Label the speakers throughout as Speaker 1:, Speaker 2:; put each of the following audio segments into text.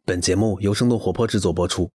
Speaker 1: 本节目由生动活泼制作播出。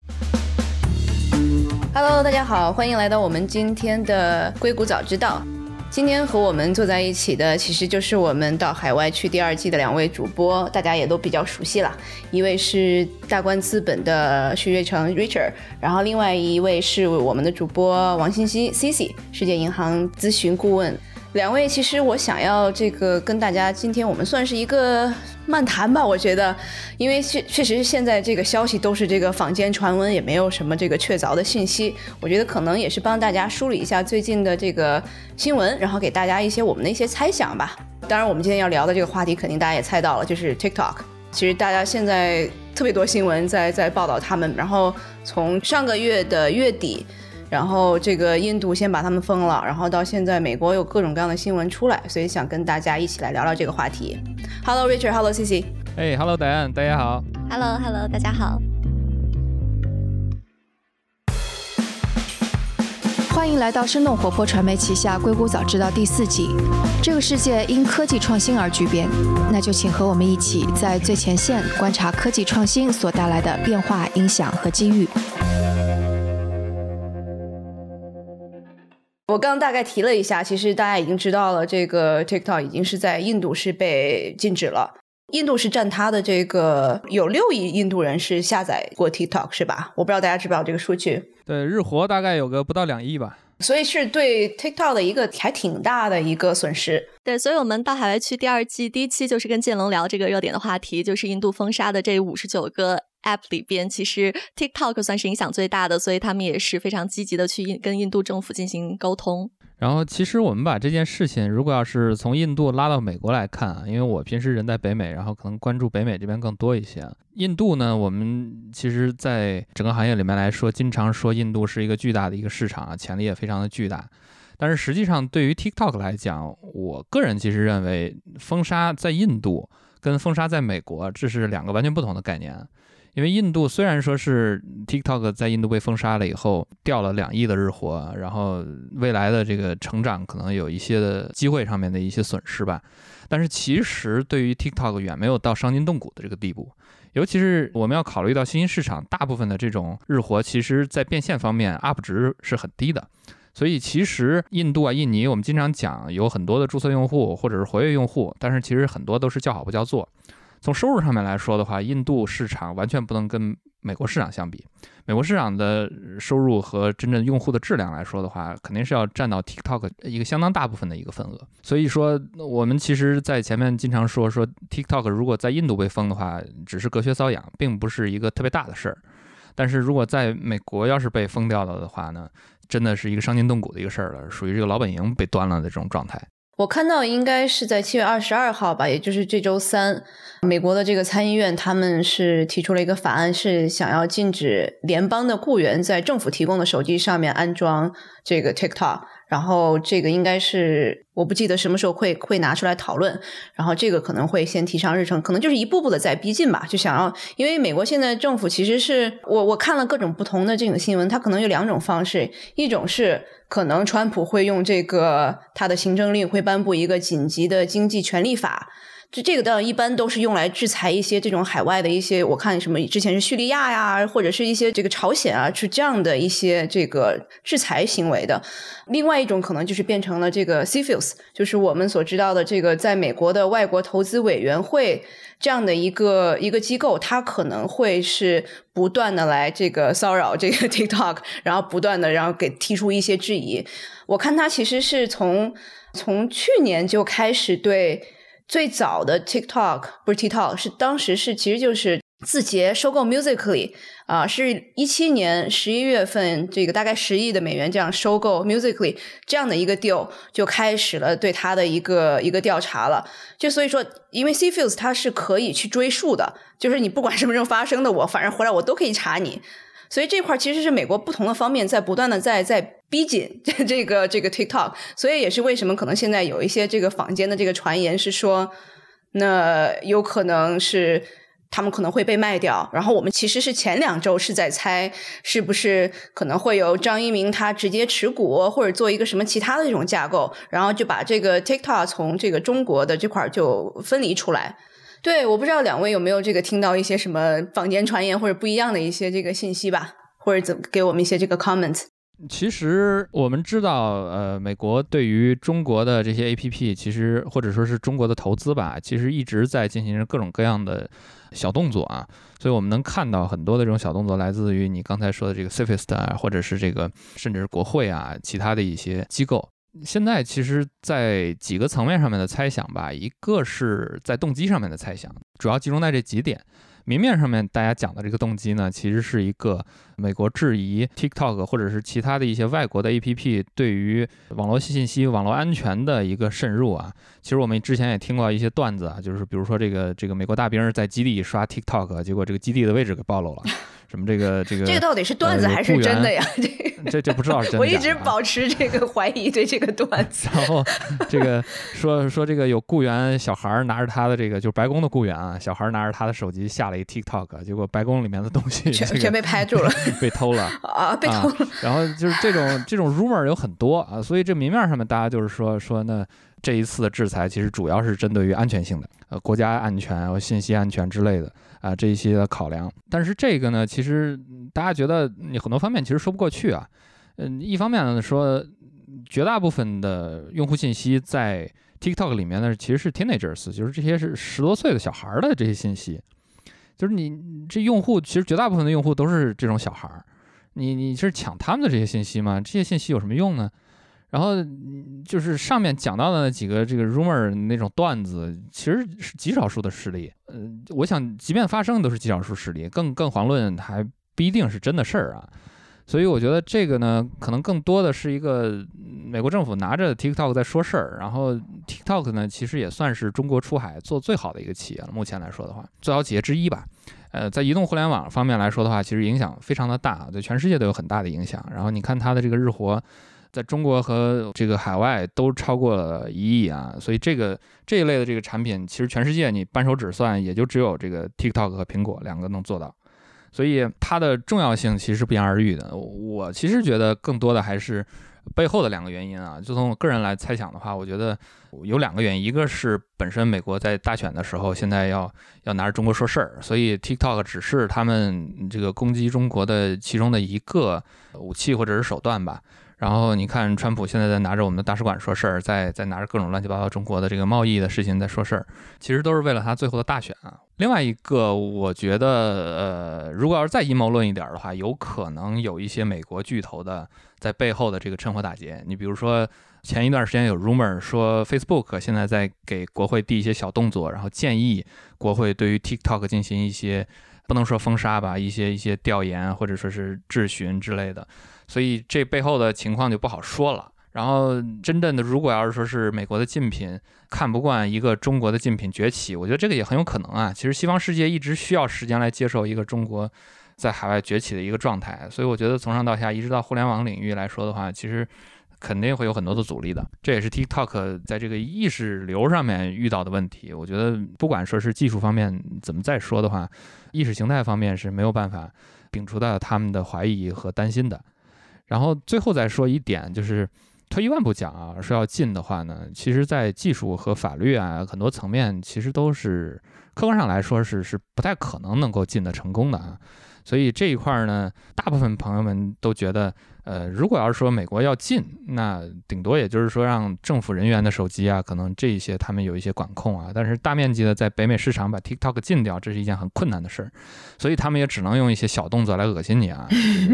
Speaker 2: Hello， 大家好，欢迎来到我们今天的硅谷早知道。今天和我们坐在一起的其实就是我们到海外去第2季的2位主播，大家也都比较熟悉了。一位是大观资本的徐瑞成 Richard， 然后另外一位是我们的主播王欣欣 Cici， 世界银行咨询顾问。2位其实我想要跟大家今天我们算是一个漫谈吧，我觉得因为确实现在这个消息都是这个坊间传闻，也没有什么这个确凿的信息，我觉得可能也是帮大家梳理一下最近的这个新闻，然后给大家我们的一些猜想吧。当然我们今天要聊的这个话题肯定大家也猜到了，就是 TikTok。 其实大家现在特别多新闻在报道他们，然后从上个月的月底，然后这个印度先把他们封了，然后到现在美国有各种各样的新闻出来，所以想跟大家一起来聊聊这个话题。 Hello Richard， Hello Cici。
Speaker 3: Hello Diane， 大家好。
Speaker 4: Hello， 大家好。
Speaker 5: 欢迎来到生动活泼传媒旗下硅谷早知道第4季。这个世界因科技创新而巨变，那就请和我们一起在最前线观察科技创新所带来的变化、影响和机遇。
Speaker 2: 我刚刚大概提了一下，其实大家已经知道了，这个 TikTok 已经是在印度是被禁止了。印度是占它的这个有6亿印度人是下载过 TikTok 是吧？我不知道大家知不知道这个数据。
Speaker 3: 对，日活大概有个不到2亿吧。
Speaker 2: 所以是对 TikTok 的一个还挺大的一个损失。
Speaker 4: 对，所以我们到海外去第2季第1期就是跟建龙聊这个热点的话题，就是印度封杀的这59个 App 里边，其实 TikTok 算是影响最大的，所以他们也是非常积极的去跟印度政府进行沟通。
Speaker 3: 然后其实我们把这件事情如果要是从印度拉到美国来看啊，因为我平时人在北美，然后可能关注北美这边更多一些。印度呢，我们其实在整个行业里面来说，经常说印度是一个巨大的一个市场啊，潜力也非常的巨大。但是实际上对于 TikTok 来讲，我个人其实认为封杀在印度跟封杀在美国这是2个完全不同的概念。因为印度虽然说是 TikTok 在印度被封杀了以后掉了2亿的日活，然后未来的这个成长可能有一些的机会上面的一些损失吧，但是其实对于 TikTok 远没有到伤筋动骨的这个地步。尤其是我们要考虑到新兴市场，大部分的这种日活其实在变现方面 UP 值是很低的，所以其实印度啊、印尼我们经常讲有很多的注册用户或者是活跃用户，但是其实很多都是叫好不叫座。从收入上面来说的话，印度市场完全不能跟美国市场相比。美国市场的收入和真正用户的质量来说的话，肯定是要占到 TikTok 一个相当大部分的一个份额。所以说我们其实在前面经常说 TikTok 如果在印度被封的话，只是隔靴搔痒，并不是一个特别大的事儿。但是如果在美国要是被封掉了的话呢，真的是一个伤筋动骨的一个事儿了，属于这个老本营被端了的这种状态。
Speaker 2: 我看到应该是在7月22号吧，也就是这周3，美国的这个参议院他们是提出了一个法案，是想要禁止联邦的雇员在政府提供的手机上面安装这个 TikTok， 然后这个应该是我不记得什么时候会拿出来讨论，然后这个可能会先提上日程，可能就是一步步的在逼近吧，就想要，因为美国现在政府其实是我看了各种不同的这种新闻，它可能有2种方式，一种是可能川普会用这个他的行政令会颁布一个紧急的经济权利法，这个当然一般都是用来制裁一些这种海外的一些，我看什么之前是叙利亚呀，或者是一些这个朝鲜啊，是这样的一些这个制裁行为的。另外一种可能就是变成了这个 CFIUS， 就是我们所知道的这个在美国的外国投资委员会这样的一个机构，它可能会是不断的来这个骚扰这个 TikTok， 然后不断的然后给提出一些质疑。我看它其实是从去年就开始对最早的 TikTok， 不是 TikTok， 是当时是其实就是字节收购 Musical.ly 是17年11月份这个大概10亿的美元这样收购 Musical.ly 这样的一个 deal 就开始了对它的一个调查了。就所以说因为 CFIUS 它是可以去追溯的，就是你不管什么时候发生的，我反正回来我都可以查你。所以这块其实是美国不同的方面在不断的在逼紧这个 TikTok， 所以也是为什么可能现在有一些这个坊间的这个传言是说，那有可能是他们可能会被卖掉。然后我们其实是前2周是在猜是不是可能会有张一鸣他直接持股或者做一个什么其他的这种架构，然后就把这个 TikTok 从这个中国的这块就分离出来。 对，我不知道两位有没有这个听到一些什么坊间传言或者不一样的一些这个信息吧，或者怎么给我们一些这个 comment。
Speaker 3: 其实我们知道，美国对于中国的这些 APP， 其实或者说是中国的投资吧，其实一直在进行着各种各样的小动作啊。所以我们能看到很多的这种小动作来自于你刚才说的这个 CFIUS 啊，或者是这个甚至是国会啊，其他的一些机构。现在其实在几个层面上面的猜想吧，一个是在动机上面的猜想，主要集中在这几点。明面上面大家讲的这个动机呢，其实是一个美国质疑 TikTok 或者是其他的一些外国的 APP 对于网络信息、网络安全的一个渗入啊。其实我们之前也听过一些段子啊，就是比如说这个美国大兵在基地刷 TikTok， 结果这个基地的位置给暴露了。什么这个
Speaker 2: 到底是段子还是真的呀？
Speaker 3: 这不知道是真的。
Speaker 2: 我一直保持这个怀疑对这个段子。
Speaker 3: 然后这个说这个有雇员小孩拿着他的这个就是白宫的雇员啊，小孩拿着他的手机下了一 TikTok， 结果白宫里面的东西
Speaker 2: 全被拍住了，
Speaker 3: 被偷了
Speaker 2: 啊，被偷了。
Speaker 3: 然后就是这种 rumor 有很多啊，所以这明面上面大家就是说那这一次的制裁其实主要是针对于安全性的，国家安全和信息安全之类的啊，这一些的考量。但是这个呢，其实大家觉得你很多方面其实说不过去啊。一方面呢说，绝大部分的用户信息在 TikTok 里面呢其实是 teenagers， 就是这些是10多岁的小孩的这些信息，就是你这用户其实绝大部分的用户都是这种小孩，你是抢他们的这些信息吗？这些信息有什么用呢？然后就是上面讲到的那几个这个 rumor 那种段子，其实是极少数的事例。我想即便发生都是极少数事例，更遑论还不一定是真的事儿啊。所以我觉得这个呢，可能更多的是一个美国政府拿着 TikTok 在说事儿，然后 TikTok 呢其实也算是中国出海做最好的一个企业了。目前来说的话，最好企业之一吧。在移动互联网方面来说的话，其实影响非常的大，对全世界都有很大的影响。然后你看它的这个日活，在中国和这个海外都超过了1亿啊，所以这一类的这个产品，其实全世界你扳手指算也就只有这个 TikTok 和苹果2个能做到。所以它的重要性其实是不言而喻的。我其实觉得更多的还是背后的2个原因啊。就从我个人来猜想的话，我觉得有2个原因，一个是本身美国在大选的时候，现在要拿着中国说事儿，所以 TikTok 只是他们这个攻击中国的其中的一个武器或者是手段吧。然后你看川普现在在拿着我们的大使馆说事儿，在拿着各种乱七八糟中国的这个贸易的事情在说事儿，其实都是为了他最后的大选啊。另外一个我觉得如果要是再阴谋论一点的话，有可能有一些美国巨头的在背后的这个趁火打劫。你比如说前一段时间有 rumor 说 Facebook 现在在给国会递一些小动作，然后建议国会对于 TikTok 进行一些不能说封杀吧，一些调研或者说是质询之类的。所以这背后的情况就不好说了。然后真正的如果要是说是美国的竞品看不惯一个中国的竞品崛起，我觉得这个也很有可能啊。其实西方世界一直需要时间来接受一个中国在海外崛起的一个状态，所以我觉得从上到下一直到互联网领域来说的话，其实肯定会有很多的阻力的。这也是 TikTok 在这个意识流上面遇到的问题。我觉得不管说是技术方面怎么再说的话，意识形态方面是没有办法摒除掉他们的怀疑和担心的。然后最后再说一点，就是退一万步讲啊，说要禁的话呢，其实在技术和法律啊很多层面其实都是客观上来说是不太可能能够禁得成功的啊。所以这一块呢，大部分朋友们都觉得如果要是说美国要禁，那顶多也就是说让政府人员的手机啊，可能这一些他们有一些管控啊，但是大面积的在北美市场把 TikTok 禁掉，这是一件很困难的事儿，所以他们也只能用一些小动作来恶心你啊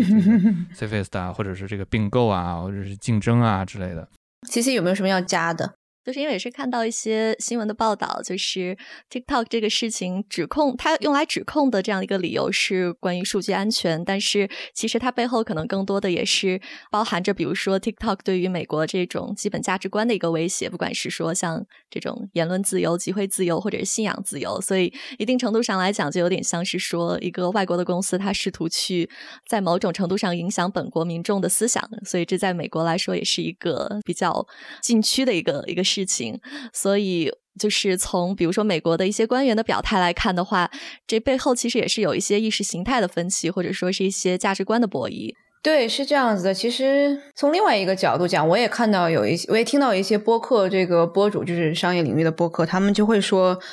Speaker 3: ，CFIUS 啊，或者是这个并购啊，或者是竞争啊之类的。
Speaker 2: CC 有没有什么要加的？
Speaker 4: 就是因为也是看到一些新闻的报道，就是 TikTok 这个事情指控，它用来指控的这样一个理由是关于数据安全，但是其实它背后可能更多的也是包含着比如说 TikTok 对于美国这种基本价值观的一个威胁，不管是说像这种言论自由、集会自由或者是信仰自由，所以一定程度上来讲就有点像是说一个外国的公司它试图去在某种程度上影响本国民众的思想，所以这在美国来说也是一个比较禁区的一个事情。所以就是从比如说美国的一些官员的表态来看的话，这背后其实也是有一些意识形态的分歧，或者说是一些价值观的博弈。
Speaker 2: 对，是这样子的。其实从另外一个角度讲，我也看到我也听到一些播客，这个播主就是商业领域的播客，他们就会说，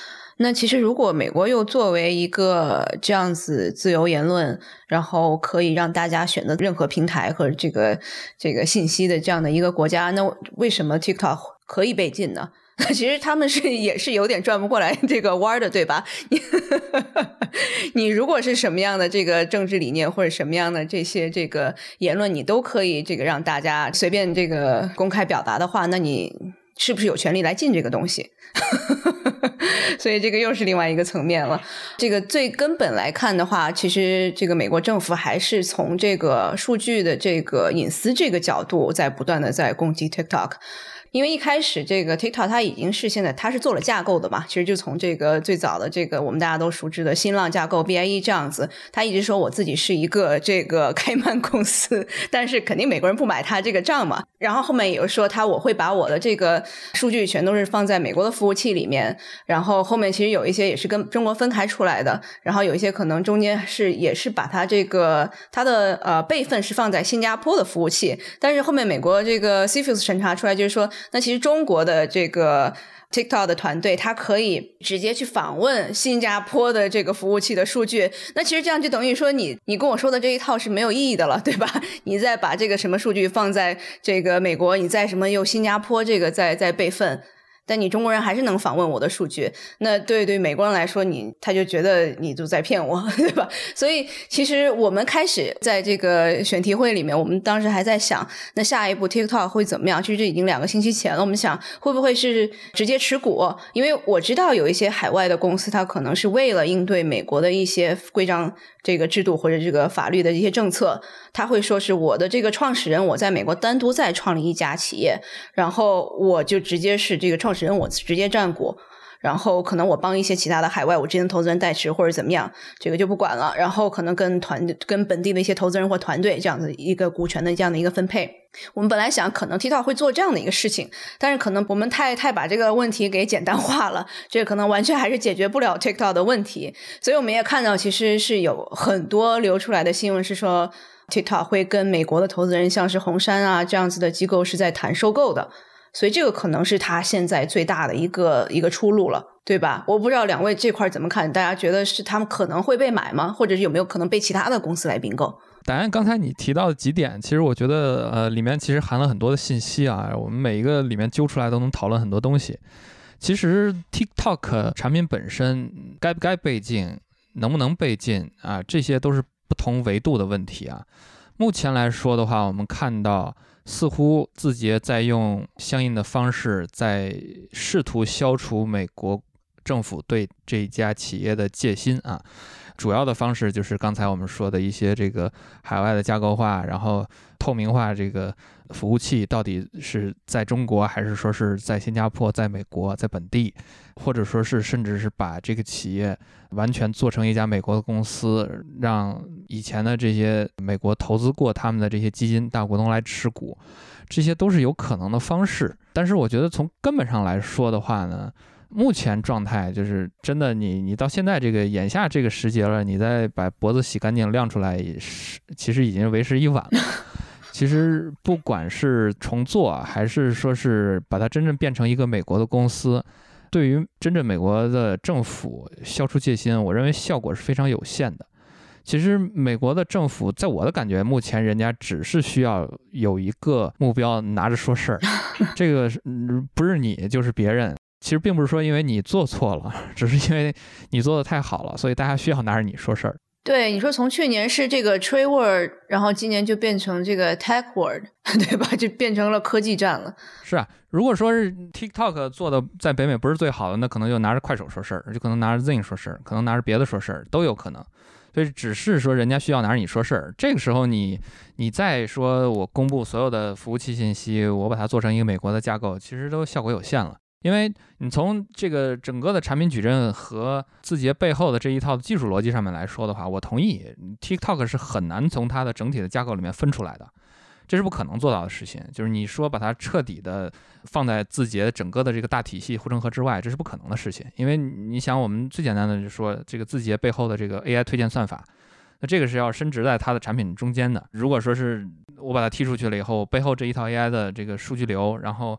Speaker 2: 那其实如果美国又作为一个这样子自由言论，然后可以让大家选择任何平台和这个信息的这样的一个国家，那为什么 TikTok 可以被禁呢？其实他们也是有点转不过来这个弯的，对吧？你如果是什么样的这个政治理念或者什么样的这些这个言论，你都可以这个让大家随便这个公开表达的话，那你是不是有权利来禁这个东西？所以这个又是另外一个层面了。这个最根本来看的话，其实这个美国政府还是从这个数据的这个隐私这个角度在不断的在攻击 TikTok。因为一开始这个 TikTok 它已经是现在它是做了架构的嘛，其实就从这个最早的这个我们大家都熟知的新浪架构 VIE 这样子，他一直说我自己是一个这个开曼公司，但是肯定美国人不买他这个账嘛。然后后面也说我会把我的这个数据全都是放在美国的服务器里面，然后后面其实有一些也是跟中国分开出来的，然后有一些可能中间也是把它这个它的备份是放在新加坡的服务器，但是后面美国这个 CFIUS 审查出来就是说，那其实中国的这个 TikTok 的团队它可以直接去访问新加坡的这个服务器的数据，那其实这样就等于说你跟我说的这一套是没有意义的了，对吧？你再把这个什么数据放在这个美国，你再什么又新加坡这个再备份，但你中国人还是能访问我的数据，那对美国人来说他就觉得你就在骗我，对吧？所以其实我们开始在这个选题会里面，我们当时还在想，那下一步 TikTok 会怎么样？其实这已经2个星期前了，我们想会不会是直接持股？因为我知道有一些海外的公司，它可能是为了应对美国的一些规章这个制度或者这个法律的一些政策，他会说是我的这个创始人我在美国单独再创立一家企业，然后我就直接是这个创始人我直接占股，然后可能我帮一些其他的海外我之前投资人代持或者怎么样，这个就不管了，然后可能跟本地的一些投资人或团队这样的一个股权的这样的一个分配。我们本来想可能 TikTok 会做这样的一个事情，但是可能我们太把这个问题给简单化了，这个可能完全还是解决不了 TikTok 的问题。所以我们也看到其实是有很多流出来的新闻是说 TikTok 会跟美国的投资人像是红杉啊这样子的机构是在谈收购的，所以这个可能是他现在最大的一个出路了，对吧？我不知道两位这块怎么看，大家觉得是他们可能会被买吗？或者是有没有可能被其他的公司来并购？
Speaker 3: 当然刚才你提到的几点，其实我觉得里面其实含了很多的信息啊，我们每一个里面揪出来都能讨论很多东西。其实 TikTok 产品本身该不该被禁，能不能被禁啊，这些都是不同维度的问题啊。目前来说的话，我们看到似乎字节在用相应的方式在试图消除美国政府对这一家企业的戒心啊。主要的方式就是刚才我们说的一些这个海外的架构化，然后透明化这个服务器到底是在中国还是说是在新加坡、在美国、在本地，或者说是甚至是把这个企业完全做成一家美国的公司，让以前的这些美国投资过他们的这些基金大股东来持股，这些都是有可能的方式。但是我觉得从根本上来说的话呢，目前状态就是真的你到现在这个眼下这个时节了，你再把脖子洗干净晾出来，其实已经为时已晚了。其实不管是重做还是说是把它真正变成一个美国的公司，对于真正美国的政府消除戒心，我认为效果是非常有限的。其实美国的政府在我的感觉，目前人家只是需要有一个目标拿着说事儿，这个不是你就是别人。其实并不是说因为你做错了，只是因为你做的太好了，所以大家需要拿着你说事儿。
Speaker 2: 对，你说从去年是这个 Trade Word， 然后今年就变成这个 Tech Word， 对吧？就变成了科技战了。
Speaker 3: 是啊，如果说是 TikTok 做的在北美不是最好的，那可能就拿着快手说事儿，就可能拿着 Zing 说事儿，可能拿着别的说事儿，都有可能。所以只是说人家需要拿着你说事儿，这个时候你再说我公布所有的服务器信息，我把它做成一个美国的架构，其实都效果有限了。因为你从这个整个的产品矩阵和字节背后的这一套技术逻辑上面来说的话，我同意 TikTok 是很难从它的整体的架构里面分出来的，这是不可能做到的事情。就是你说把它彻底的放在字节整个的这个大体系护城河之外，这是不可能的事情。因为你想，我们最简单的就是说这个字节背后的这个 AI 推荐算法，那这个是要伸直在它的产品中间的。如果说是我把它踢出去了以后，背后这一套 AI 的这个数据流，然后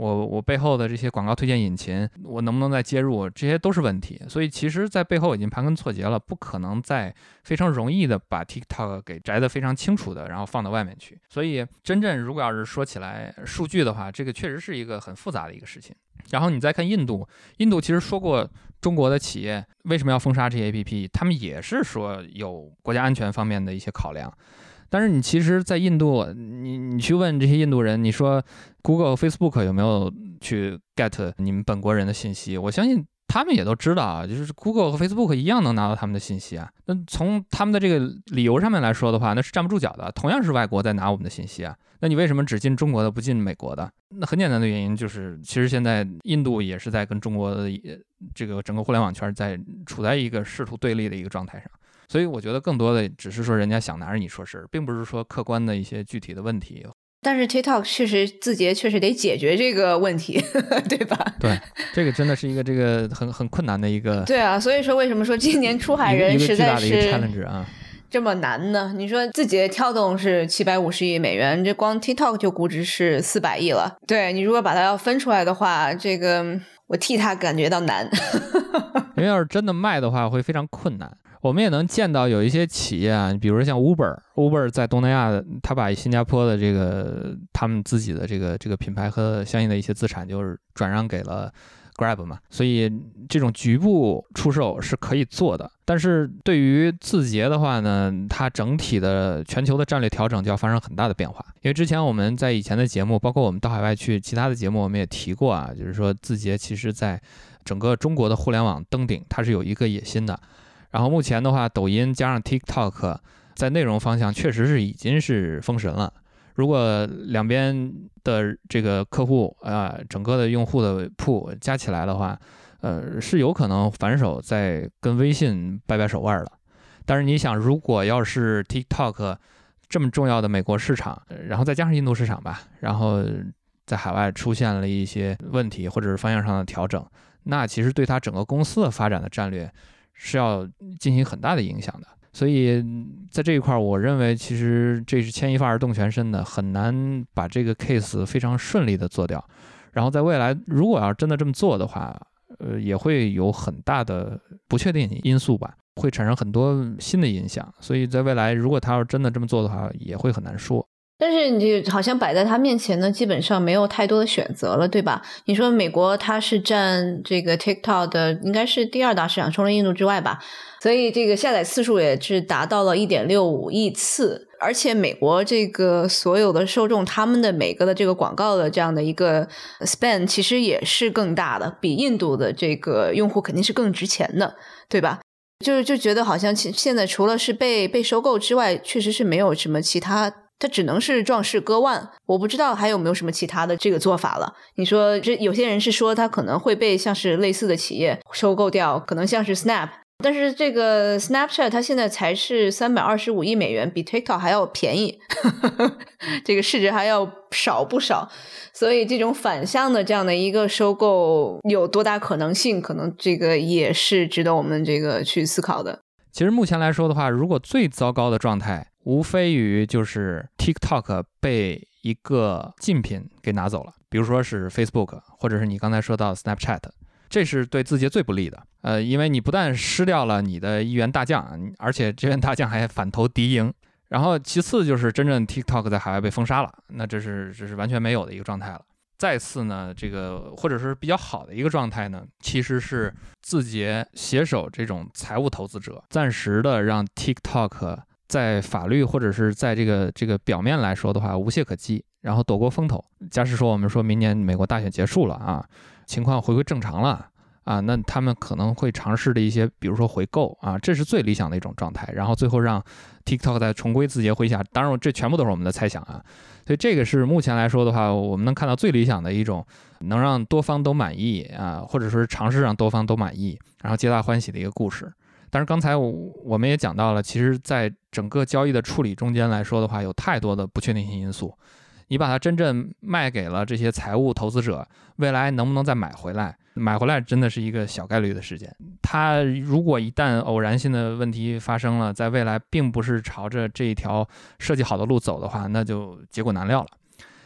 Speaker 3: 我背后的这些广告推荐引擎，我能不能再接入，这些都是问题。所以其实在背后已经盘根错节了，不可能再非常容易的把 TikTok 给摘得非常清楚的，然后放到外面去。所以真正如果要是说起来数据的话，这个确实是一个很复杂的一个事情。然后你再看印度其实说过中国的企业为什么要封杀这些 APP， 他们也是说有国家安全方面的一些考量。但是你其实在印度，你去问这些印度人，你说 Google、Facebook 有没有去 get 你们本国人的信息，我相信他们也都知道啊，就是 Google 和 Facebook 一样能拿到他们的信息啊。那从他们的这个理由上面来说的话，那是站不住脚的，同样是外国在拿我们的信息啊。那你为什么只进中国的不进美国的？那很简单的原因就是，其实现在印度也是在跟中国的这个整个互联网圈处在一个势图对立的一个状态上。所以我觉得更多的只是说人家想拿着你说事，并不是说客观的一些具体的问题。
Speaker 2: 但是 TikTok 确实字节确实得解决这个问题，对吧？
Speaker 3: 对，这个真的是一个这个很困难的一个。
Speaker 2: 对啊，所以说为什么说今年出海人实在是
Speaker 3: 一个巨大的一个 challenge 啊，
Speaker 2: 这么难呢？你说字节跳动是750亿美元，这光 TikTok 就估值是400亿了。对，你如果把它要分出来的话，这个我替他感觉到难。
Speaker 3: 因为要是真的卖的话，会非常困难。我们也能见到有一些企业啊，比如像 Uber 在东南亚，他把新加坡的这个他们自己的这个品牌和相应的一些资产就是转让给了 Grab 嘛，所以这种局部出售是可以做的。但是对于字节的话呢，它整体的全球的战略调整就要发生很大的变化。因为之前我们在以前的节目，包括我们到海外去其他的节目，我们也提过啊，就是说字节其实在整个中国的互联网登顶，它是有一个野心的。然后目前的话，抖音加上 TikTok 在内容方向确实是已经是封神了。如果两边的这个客户整个的用户的铺加起来的话，是有可能反手在跟微信掰掰手腕了。但是你想，如果要是 TikTok 这么重要的美国市场，然后再加上印度市场吧，然后在海外出现了一些问题或者是方向上的调整，那其实对它整个公司的发展的战略是要进行很大的影响的。所以在这一块，我认为其实这是牵一发而动全身的，很难把这个 case 非常顺利的做掉。然后在未来，如果要真的这么做的话，也会有很大的不确定因素吧，会产生很多新的影响。所以在未来，如果他要真的这么做的话，也会很难说。
Speaker 2: 但是你好像摆在他面前呢，基本上没有太多的选择了，对吧？你说美国它是占这个 TikTok 的应该是第2大市场，除了印度之外吧，所以这个下载次数也是达到了 1.65 亿次。而且美国这个所有的受众，他们的每个的这个广告的这样的一个 spend 其实也是更大的，比印度的这个用户肯定是更值钱的，对吧？就觉得好像现在除了是被收购之外，确实是没有什么其他，它只能是壮士割腕。我不知道还有没有什么其他的这个做法了。你说这有些人是说它可能会被像是类似的企业收购掉，可能像是 Snap， 但是这个 Snapchat 它现在才是325亿美元，比 TikTok 还要便宜这个市值还要少不少。所以这种反向的这样的一个收购有多大可能性，可能这个也是值得我们这个去思考的。
Speaker 3: 其实目前来说的话，如果最糟糕的状态无非于就是 TikTok 被一个竞品给拿走了，比如说是 Facebook 或者是你刚才说到 Snapchat， 这是对字节最不利的。因为你不但失掉了你的一员大将，而且这员大将还反投敌营。然后其次就是真正 TikTok 在海外被封杀了，那这是完全没有的一个状态了。再次呢，这个或者是比较好的一个状态呢，其实是字节携手这种财务投资者，暂时的让 TikTok 在法律或者是在这个表面来说的话无懈可击，然后躲过风头。假使说我们说明年美国大选结束了啊，情况回归正常了啊，那他们可能会尝试的一些，比如说回购啊，这是最理想的一种状态。然后最后让 TikTok 再重归字节麾下，当然这全部都是我们的猜想啊。所以这个是目前来说的话，我们能看到最理想的一种能让多方都满意啊，或者说是尝试让多方都满意，然后皆大欢喜的一个故事。但是刚才我们也讲到了，其实在整个交易的处理中间来说的话，有太多的不确定性因素。你把它真正卖给了这些财务投资者，未来能不能再买回来？买回来真的是一个小概率的事件。它如果一旦偶然性的问题发生了，在未来并不是朝着这一条设计好的路走的话，那就结果难料了。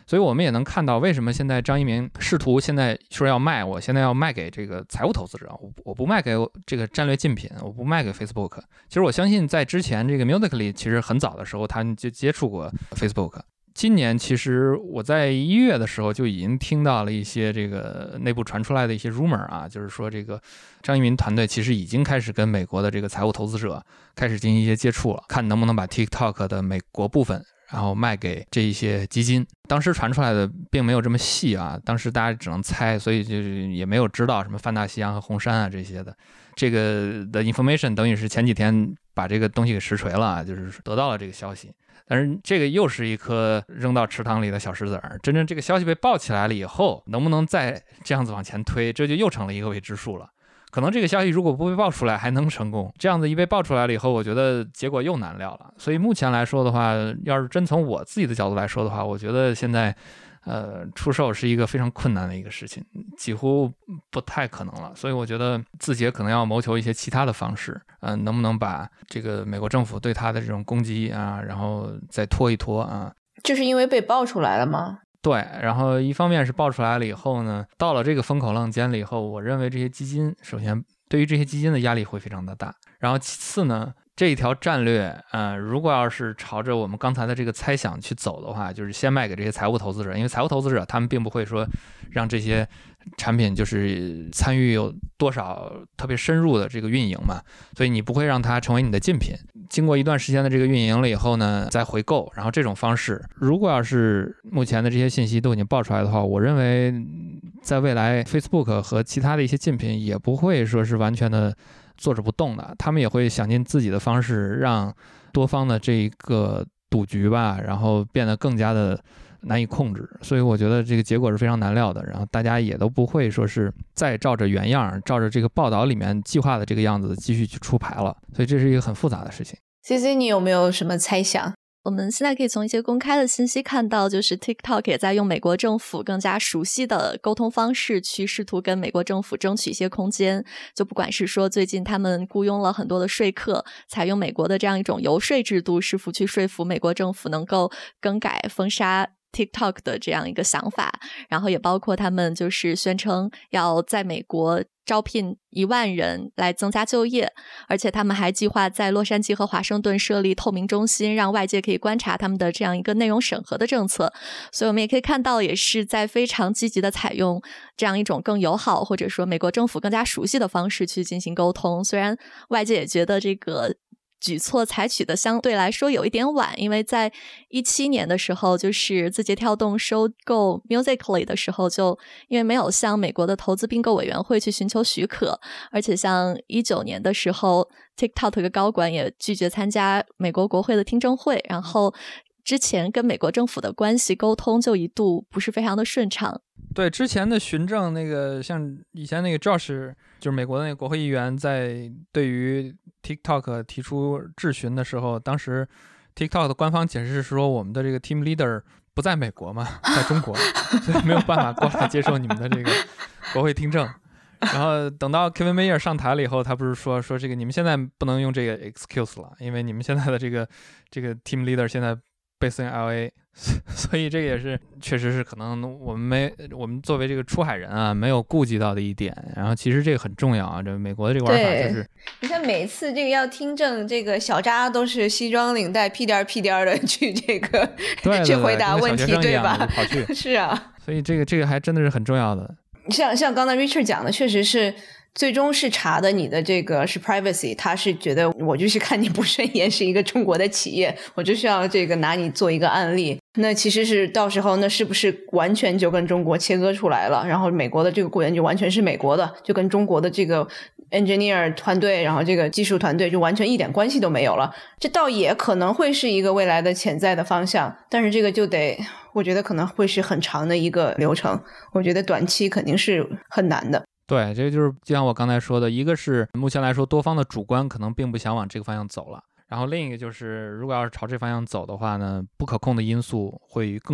Speaker 3: 所以我们也能看到为什么现在张一鸣试图现在说要卖，我现在要卖给这个财务投资者，我不卖给这个战略竞品，我不卖给 Facebook。 其实我相信在之前这个 Musical.ly 其实很早的时候他们就接触过 Facebook。今年其实我在1月的时候就已经听到了一些这个内部传出来的一些 rumor 啊，就是说这个张一鸣团队其实已经开始跟美国的这个财务投资者开始进行一些接触了，看能不能把 TikTok 的美国部分然后卖给这一些基金。当时传出来的并没有这么细啊，当时大家只能猜，所以就是也没有知道什么泛大西洋和红杉啊这些的。这个的 information 等于是前几天把这个东西给实锤了啊，就是得到了这个消息。但是这个又是一颗扔到池塘里的小石子儿，真正这个消息被爆起来了以后，能不能再这样子往前推，这就又成了一个未知数了。可能这个消息如果不被爆出来还能成功，这样子一被爆出来了以后，我觉得结果又难料了。所以目前来说的话，要是真从我自己的角度来说的话，我觉得现在出售是一个非常困难的一个事情，几乎不太可能了。所以我觉得字节可能要谋求一些其他的方式，能不能把这个美国政府对他的这种攻击啊，然后再拖一拖啊。
Speaker 2: 就是因为被爆出来了吗？
Speaker 3: 对，然后一方面是爆出来了以后呢，到了这个风口浪尖了以后，我认为这些基金首先对于这些基金的压力会非常的大，然后其次呢，这一条战略如果要是朝着我们刚才的这个猜想去走的话，就是先卖给这些财务投资者，因为财务投资者他们并不会说让这些产品就是参与有多少特别深入的这个运营嘛，所以你不会让它成为你的竞品，经过一段时间的这个运营了以后呢再回购，然后这种方式如果要是目前的这些信息都已经爆出来的话，我认为在未来 Facebook 和其他的一些竞品也不会说是完全的坐着不动的，他们也会想尽自己的方式让多方的这个赌局吧，然后变得更加的难以控制，所以我觉得这个结果是非常难料的，然后大家也都不会说是再照着原样照着这个报道里面计划的这个样子继续去出牌了，所以这是一个很复杂的事情。
Speaker 2: CC 你有没有什么猜想？
Speaker 4: 我们现在可以从一些公开的信息看到，就是 TikTok 也在用美国政府更加熟悉的沟通方式去试图跟美国政府争取一些空间，就不管是说最近他们雇佣了很多的说客，采用美国的这样一种游说制度，试图去说服美国政府能够更改封杀TikTok 的这样一个想法，然后也包括他们就是宣称要在美国招聘1万人来增加就业，而且他们还计划在洛杉矶和华盛顿设立透明中心，让外界可以观察他们的这样一个内容审核的政策。所以我们也可以看到，也是在非常积极的采用这样一种更友好或者说美国政府更加熟悉的方式去进行沟通。虽然外界也觉得这个举措采取的相对来说有一点晚，因为在17年的时候，就是字节跳动收购 Musical.ly 的时候，就因为没有向美国的投资并购委员会去寻求许可，而且像19年的时候 TikTok 的高管也拒绝参加美国国会的听证会，然后之前跟美国政府的关系沟通就一度不是非常的顺畅。
Speaker 3: 对，之前的循证那个像以前那个 Josh 就是美国的那个国会议员，在对于 TikTok 提出质询的时候，当时 TikTok 的官方解释是说我们的这个 team leader 不在美国嘛，在中国，所以没有办法过来接受你们的这个国会听证。然后等到 Kevin Mayer 上台了以后，他不是说这个你们现在不能用这个 excuse 了，因为你们现在的这个 team leader 现在 based in LA， 所以这个也是确实是可能我们作为这个出海人啊没有顾及到的一点。然后其实这个很重要啊，这美国的这个玩法就是
Speaker 2: 你看每次这个要听证，这个小扎都是西装领带屁颠屁颠的去这个
Speaker 3: 对
Speaker 2: 去回答问题，对吧？
Speaker 3: 跑去
Speaker 2: 是啊，
Speaker 3: 所以这个还真的是很重要的。
Speaker 2: 像刚才 Richard 讲的，确实是最终是查的你的这个是 privacy， 他是觉得我就是看你不顺眼，是一个中国的企业，我就是要这个拿你做一个案例。那其实是到时候那是不是完全就跟中国切割出来了，然后美国的这个雇员就完全是美国的，就跟中国的这个 engineer 团队，然后这个技术团队就完全一点关系都没有了。这倒也可能会是一个未来的潜在的方向，但是这个就得我觉得可能会是很长的一个流程，我觉得短期肯定是很难的。
Speaker 3: 对，这就是就像我刚才说的，一个是目前来说多方的主观可能并不想往这个方向走了，然后另一个就是如果要是朝这方向走的话呢，不可控的因素会更多。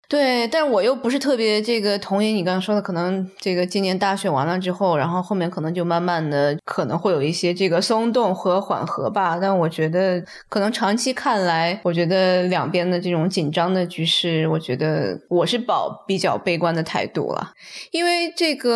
Speaker 2: 对，但我又不是特别同意你刚刚说的，可能今年大选完了之后，然后后面可能就慢慢的可能会有一些松动和缓和吧。但我觉得可能长期看来，我觉得两边的这种紧张的局势，我觉得我是保比较悲观的态度了。因为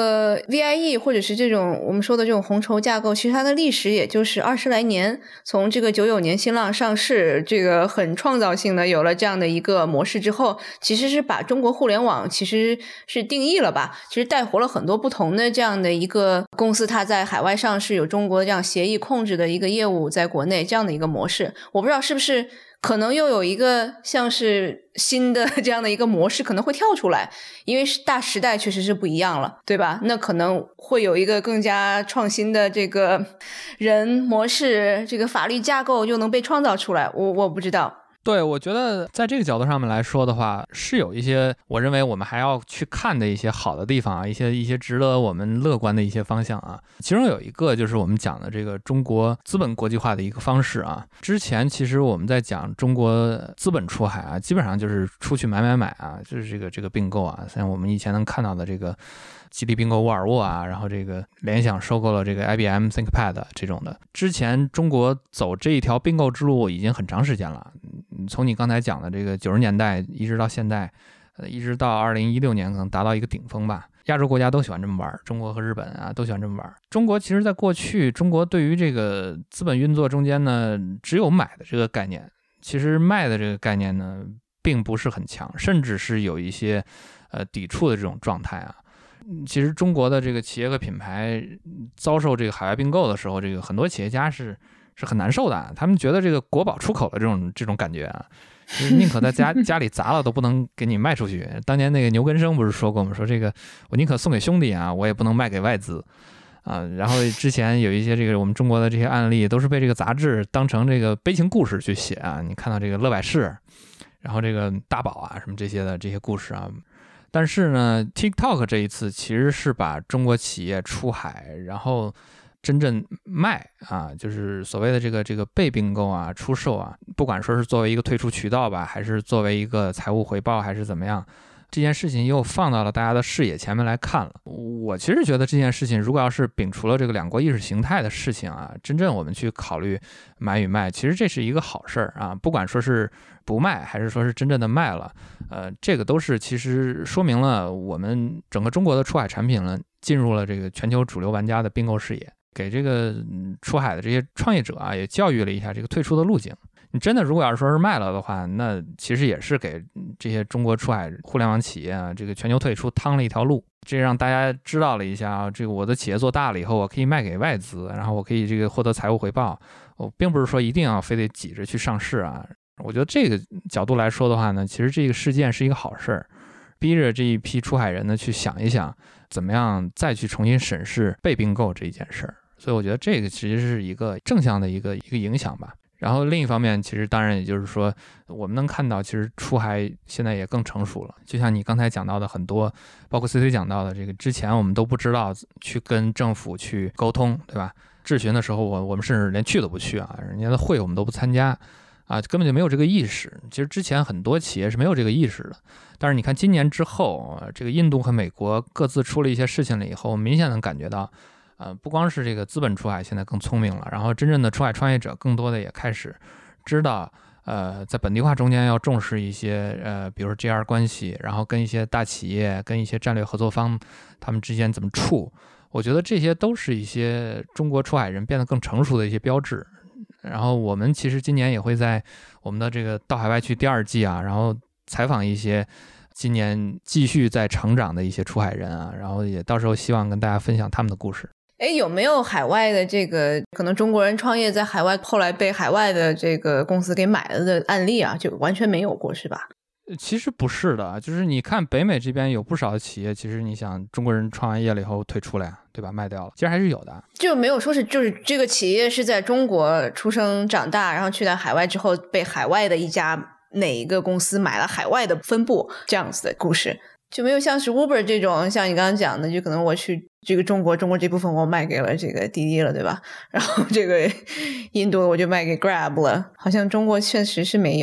Speaker 2: VIE 或者是我们说的这种红筹架构，其实它的历史也就是20来年，从99年新浪上市，很创造性的有了这样的一个模式之后，其实是把中国互联网其实是定义了吧，其实带活了很多不同的这样的一个公司，它在海外上市，有中国这样协议控制的一个业务在国内这样的一个模式。我不知道是不是可能又有一个像是新的这样的一个模式可能会跳出来，因为大时代确实是不一样了，对吧？那可能会有一个更加创新的人模式，法律架构又能被创造出来，我不知道。
Speaker 3: 对，我觉得在这个角度上面来说的话，是有一些我认为我们还要去看的一些好的地方啊，一些值得我们乐观的一些方向啊。其中有一个就是我们讲的中国资本国际化的一个方式啊。之前其实我们在讲中国资本出海啊，基本上就是出去买啊，就是这个并购啊，像我们以前能看到的吉利并购沃尔沃啊，然后联想收购了IBM ThinkPad 这种的。之前中国走这一条并购之路已经很长时间了，从你刚才讲的90年代一直到现在，一直到2016年可能达到一个顶峰吧。亚洲国家都喜欢这么玩，中国和日本啊都喜欢这么玩。中国其实在过去，中国对于资本运作中间呢，只有买的概念，其实卖的概念呢并不是很强，甚至是有一些抵触的这种状态啊。其实中国的企业和品牌遭受海外并购的时候，很多企业家是很难受的，他们觉得国宝出口的这种感觉啊，就是宁可在家里砸了都不能给你卖出去。当年牛根生不是说过吗？说我宁可送给兄弟啊，我也不能卖给外资啊。然后之前有一些我们中国的这些案例都是被杂志当成悲情故事去写啊。你看到乐百氏，然后大宝啊什么这些故事啊。但是呢 TikTok 这一次其实是把中国企业出海，然后真正卖啊，就是所谓的这个被并购啊、出售啊，不管说是作为一个退出渠道吧，还是作为一个财务回报，还是怎么样，这件事情又放到了大家的视野前面来看了。我其实觉得这件事情如果要是摒除了两国意识形态的事情啊，真正我们去考虑买与卖，其实这是一个好事儿啊。不管说是不卖还是说是真正的卖了，这个都是其实说明了我们整个中国的出海产品呢进入了全球主流玩家的并购视野，给出海的这些创业者啊也教育了一下退出的路径。你真的如果要是说是卖了的话，那其实也是给这些中国出海互联网企业啊全球退出趟了一条路。这让大家知道了一下啊，我的企业做大了以后，我可以卖给外资，然后我可以获得财务回报。我并不是说一定要非得挤着去上市啊。我觉得这个角度来说的话呢，其实这个事件是一个好事儿，逼着这一批出海人呢去想一想，怎么样再去重新审视被并购这一件事儿。所以我觉得这个其实是一个正向的一个影响吧。然后另一方面，其实当然也就是说，我们能看到，其实出海现在也更成熟了。就像你刚才讲到的很多，包括 CC 讲到的之前我们都不知道去跟政府去沟通，对吧？质询的时候，我们甚至连去都不去啊，人家的会我们都不参加啊，根本就没有这个意识。其实之前很多企业是没有这个意识的，但是你看今年之后，印度和美国各自出了一些事情了以后，我们明显能感觉到。不光是资本出海现在更聪明了，然后真正的出海创业者更多的也开始知道，在本地化中间要重视一些比如说 GR 关系，然后跟一些大企业、跟一些战略合作方，他们之间怎么处，我觉得这些都是一些中国出海人变得更成熟的一些标志。然后我们其实今年也会在我们的到海外去第2季啊，然后采访一些今年继续在成长的一些出海人啊，然后也到时候希望跟大家分享他们的故事。
Speaker 2: 有没有海外的可能中国人创业在海外后来被海外的公司给买了的案例啊？就完全没有过是吧？
Speaker 3: 其实不是的，就是你看北美这边有不少的企业，其实你想中国人创完业了以后退出了呀，对吧？卖掉了，其实还是有的。就
Speaker 2: 没有说是就是这个企业是在中国出生长大，然后去到海外之后被海外的一家哪一个公司买了海外的分部这样子的故事。就没有像是 Uber 这种，像你刚刚讲的，就可能我去中国这部分我卖给了滴滴了，对吧？然后印度我就卖给 Grab 了，好像中国确实是没有。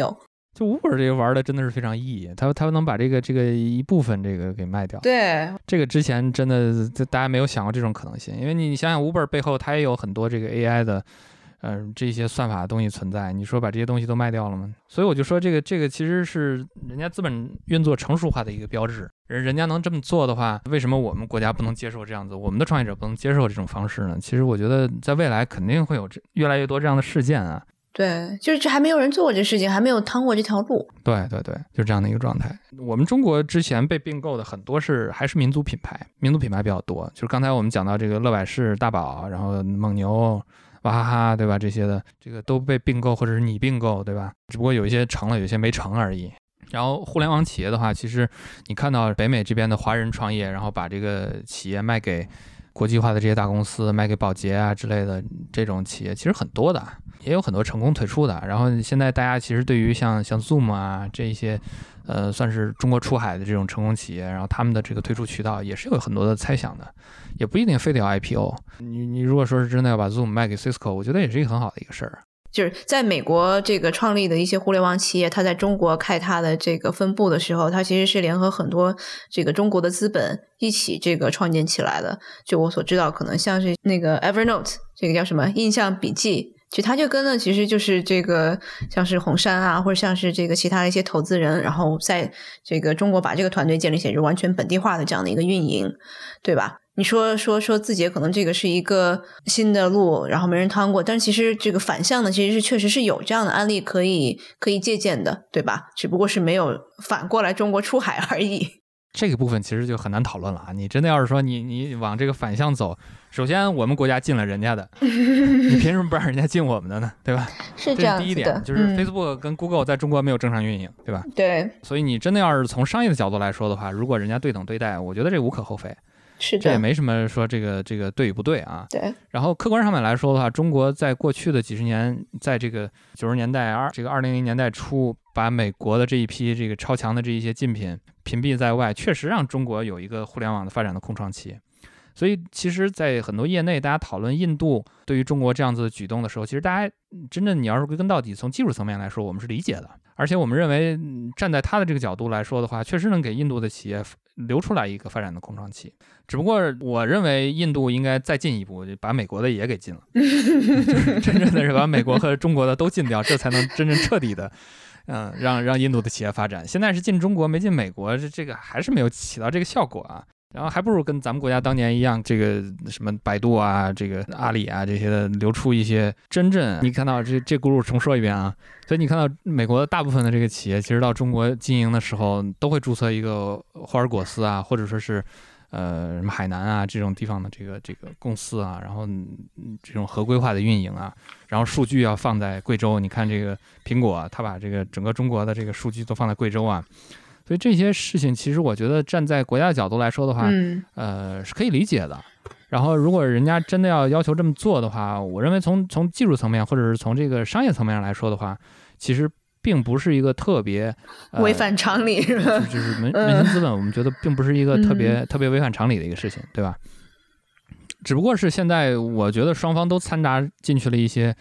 Speaker 3: 就 Uber 这个玩的真的是非常异，他能把这个一部分这个给卖掉。
Speaker 2: 对，
Speaker 3: 这个之前真的大家没有想过这种可能性，因为你想想 Uber 背后它也有很多这个 AI 的这些算法的东西存在，你说把这些东西都卖掉了吗？所以我就说这个其实是人家资本运作成熟化的一个标志，人家能这么做的话，为什么我们国家不能接受这样子，我们的创业者不能接受这种方式呢？其实我觉得在未来肯定会有越来越多这样的事件啊。
Speaker 2: 对，就是这还没有人做过这事情，还没有趟过这条路。
Speaker 3: 对，就这样的一个状态。我们中国之前被并购的很多还是民族品牌比较多，就是刚才我们讲到这个乐百氏、大宝，然后蒙牛、娃哈哈，对吧？这些的这个都被并购或者是拟并购，对吧？只不过有一些成了，有些没成而已。然后互联网企业的话，其实你看到北美这边的华人创业，然后把这个企业卖给国际化的这些大公司，卖给宝洁啊之类的这种企业，其实很多的，也有很多成功退出的。然后现在大家其实对于像 Zoom 啊这一些算是中国出海的这种成功企业，然后他们的这个退出渠道也是有很多的猜想的，也不一定非得要 IPO。你如果说是真的要把 Zoom 卖给 Cisco， 我觉得也是一个很好的一个事儿。
Speaker 2: 就是在美国这个创立的一些互联网企业，它在中国开它的这个分部的时候，它其实是联合很多这个中国的资本一起这个创建起来的。就我所知道，可能像是那个 Evernote 这个叫什么印象笔记，其实它就跟了其实就是这个像是红杉啊，或者像是这个其他的一些投资人，然后在这个中国把这个团队建立起来，就完全本地化的这样的一个运营，对吧？你说字节可能这个是一个新的路，然后没人趟过，但是其实这个反向的其实是确实是有这样的案例可以借鉴的，对吧？只不过是没有反过来中国出海而已。
Speaker 3: 这个部分其实就很难讨论了啊！你真的要是说你往这个反向走，首先我们国家进了人家的，你凭什么不让人家进我们的呢？对吧？
Speaker 2: 是这样子的。
Speaker 3: 这是第一点，就是 Facebook 跟 Google 在中国没有正常运营，对吧？
Speaker 2: 对。
Speaker 3: 所以你真的要是从商业的角度来说的话，如果人家对等对待，我觉得这无可厚非。
Speaker 2: 是的，
Speaker 3: 这也没什么说这个对与不对啊。
Speaker 2: 对。
Speaker 3: 然后客观上面来说的话，中国在过去的几十年，在这个90年代2000年代初，把美国的这一批这个超强的这一些竞品屏蔽在外，确实让中国有一个互联网的发展的空窗期。所以其实在很多业内大家讨论印度对于中国这样子的举动的时候，其实大家真正你要是归根到底从技术层面来说，我们是理解的，而且我们认为站在他的这个角度来说的话，确实能给印度的企业留出来一个发展的空窗期。只不过我认为印度应该再进一步，把美国的也给禁了，就是真正的是把美国和中国的都禁掉，这才能真正彻底的让印度的企业发展。现在是进中国没进美国，这个还是没有起到这个效果啊。然后还不如跟咱们国家当年一样，这个什么百度啊，这个阿里啊这些的，留出一些真正你看到这轱辘重说一遍啊。所以你看到美国大部分的这个企业，其实到中国经营的时候，都会注册一个霍尔果斯啊，或者说是什么海南啊这种地方的这个公司啊，然后这种合规化的运营啊，然后数据要放在贵州。你看这个苹果，它把这个整个中国的这个数据都放在贵州啊。所以这些事情其实我觉得站在国家的角度来说的话，是可以理解的。然后如果人家真的要求这么做的话，我认为从技术层面或者是从这个商业层面来说的话，其实并不是一个特别
Speaker 2: 违反常理，是吧？
Speaker 3: 就是扪心自问，我们觉得并不是一个特别违反常理的一个事情，对吧？只不过是现在我觉得双方都掺杂进去了一些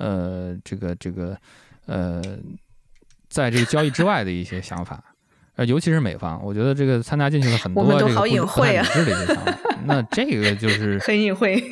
Speaker 3: 在这个交易之外的一些想法。尤其是美方，我觉得这个参加进去了很多这个不太理智的一些想法，那这个就是
Speaker 2: 很隐晦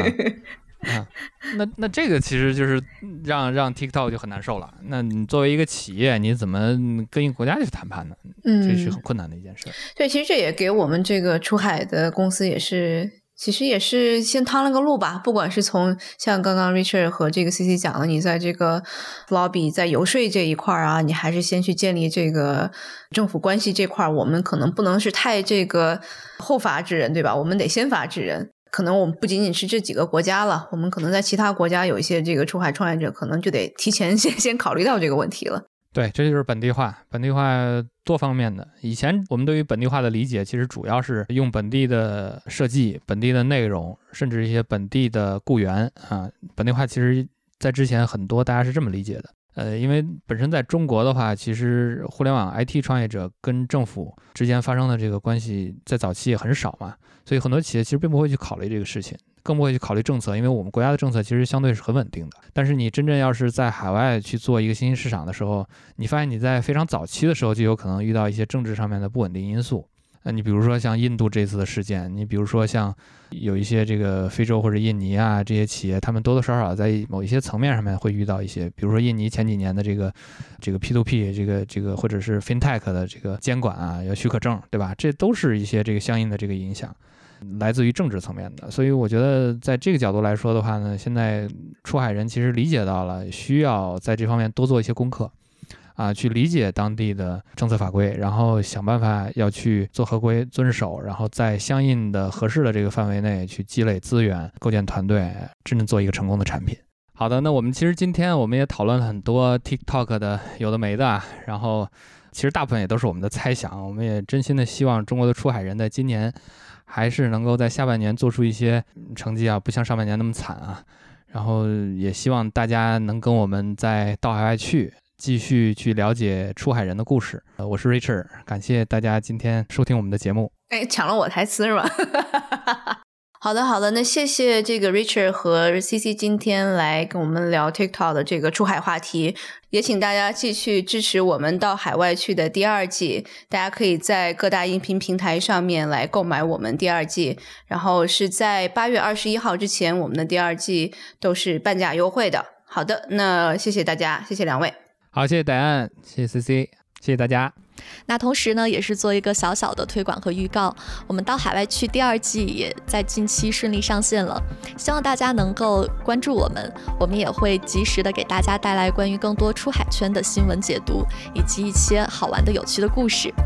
Speaker 3: 那这个其实就是让 TikTok 就很难受了。那你作为一个企业，你怎么跟一个国家去谈判呢？这是很困难的一件事。
Speaker 2: 对，其实这也给我们这个出海的公司其实也是先趟了个路吧，不管是从像刚刚 Richard 和这个 CC 讲了，你在这个 lobby 在游说这一块啊，你还是先去建立这个政府关系这块，我们可能不能是太这个后发制人，对吧？我们得先发制人。可能我们不仅仅是这几个国家了，我们可能在其他国家有一些这个出海创业者，可能就得提前先考虑到这个问题了。
Speaker 3: 对，这就是本地化多方面的。以前我们对于本地化的理解，其实主要是用本地的设计、本地的内容，甚至一些本地的雇员啊。本地化其实在之前很多大家是这么理解的。因为本身在中国的话，其实互联网 IT 创业者跟政府之间发生的这个关系在早期也很少嘛，所以很多企业其实并不会去考虑这个事情。 更不会去考虑政策，因为我们国家的政策其实相对是很稳定的。但是你真正要是在海外去做一个新兴市场的时候，你发现你在非常早期的时候就有可能遇到一些政治上面的不稳定因素。你比如说像印度这次的事件，你比如说像有一些这个非洲或者印尼啊这些企业，他们多多少少在某一些层面上面会遇到一些，比如说印尼前几年的这个 P2P 这个或者是 FinTech 的这个监管啊，要许可证，对吧？这都是一些这个相应的这个影响，来自于政治层面的。所以我觉得在这个角度来说的话呢，现在出海人其实理解到了需要在这方面多做一些功课。去理解当地的政策法规，然后想办法要去做合规遵守，然后在相应的合适的这个范围内去积累资源，构建团队，真正做一个成功的产品。好的，那我们其实今天我们也讨论了很多 TikTok 的有的没的，然后其实大部分也都是我们的猜想，我们也真心的希望中国的出海人在今年还是能够在下半年做出一些成绩不像上半年那么惨啊，然后也希望大家能跟我们再到海外去继续去了解出海人的故事。我是 Richard， 感谢大家今天收听我们的节目。
Speaker 2: 抢了我台词是吗？好的，那谢谢这个 Richard 和 CC 今天来跟我们聊 TikTok 的这个出海话题，也请大家继续支持我们到海外去的第二季，大家可以在各大音频平台上面来购买我们第二季，然后是在8月21号之前，我们的第二季都是半价优惠的。好的，那谢谢大家，谢谢两位。
Speaker 3: 好，谢谢戴安，谢谢 CC， 谢谢大家。
Speaker 4: 那同时呢，也是做一个小小的推广和预告，我们到海外去第二季也在近期顺利上线了，希望大家能够关注我们，我们也会及时的给大家带来关于更多出海圈的新闻解读，以及一些好玩的有趣的故事。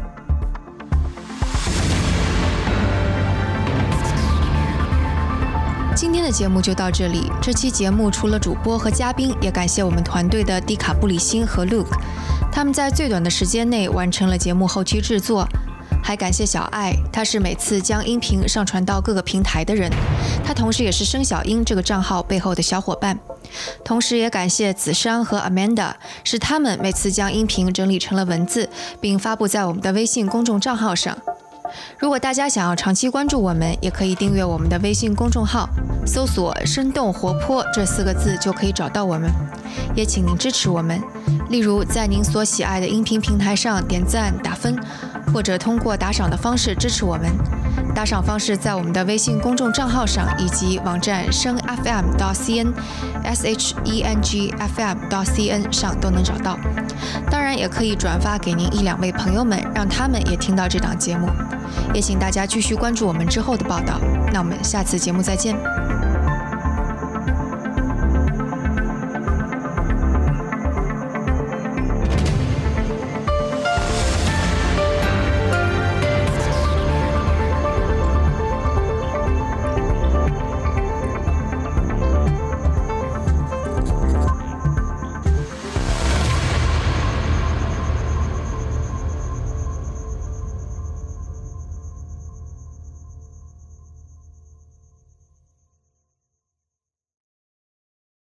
Speaker 5: 今天的节目就到这里。这期节目除了主播和嘉宾，也感谢我们团队的迪卡布里辛和 Luke， 他们在最短的时间内完成了节目后期制作。还感谢小爱，他是每次将音频上传到各个平台的人，他同时也是生小英这个账号背后的小伙伴。同时也感谢子珊和 Amanda， 是他们每次将音频整理成了文字，并发布在我们的微信公众账号上。如果大家想要长期关注我们，也可以订阅我们的微信公众号，搜索生动活泼这4个字就可以找到我们。也请您支持我们，例如在您所喜爱的音频平台上点赞打分，或者通过打赏的方式支持我们。打赏方式在我们的微信公众账号上以及网站声 FM.cn SHENGFM.cn 上都能找到。当然也可以转发给您1-2位朋友们，让他们也听到这档节目。也请大家继续关注我们之后的报道。那我们下次节目再见。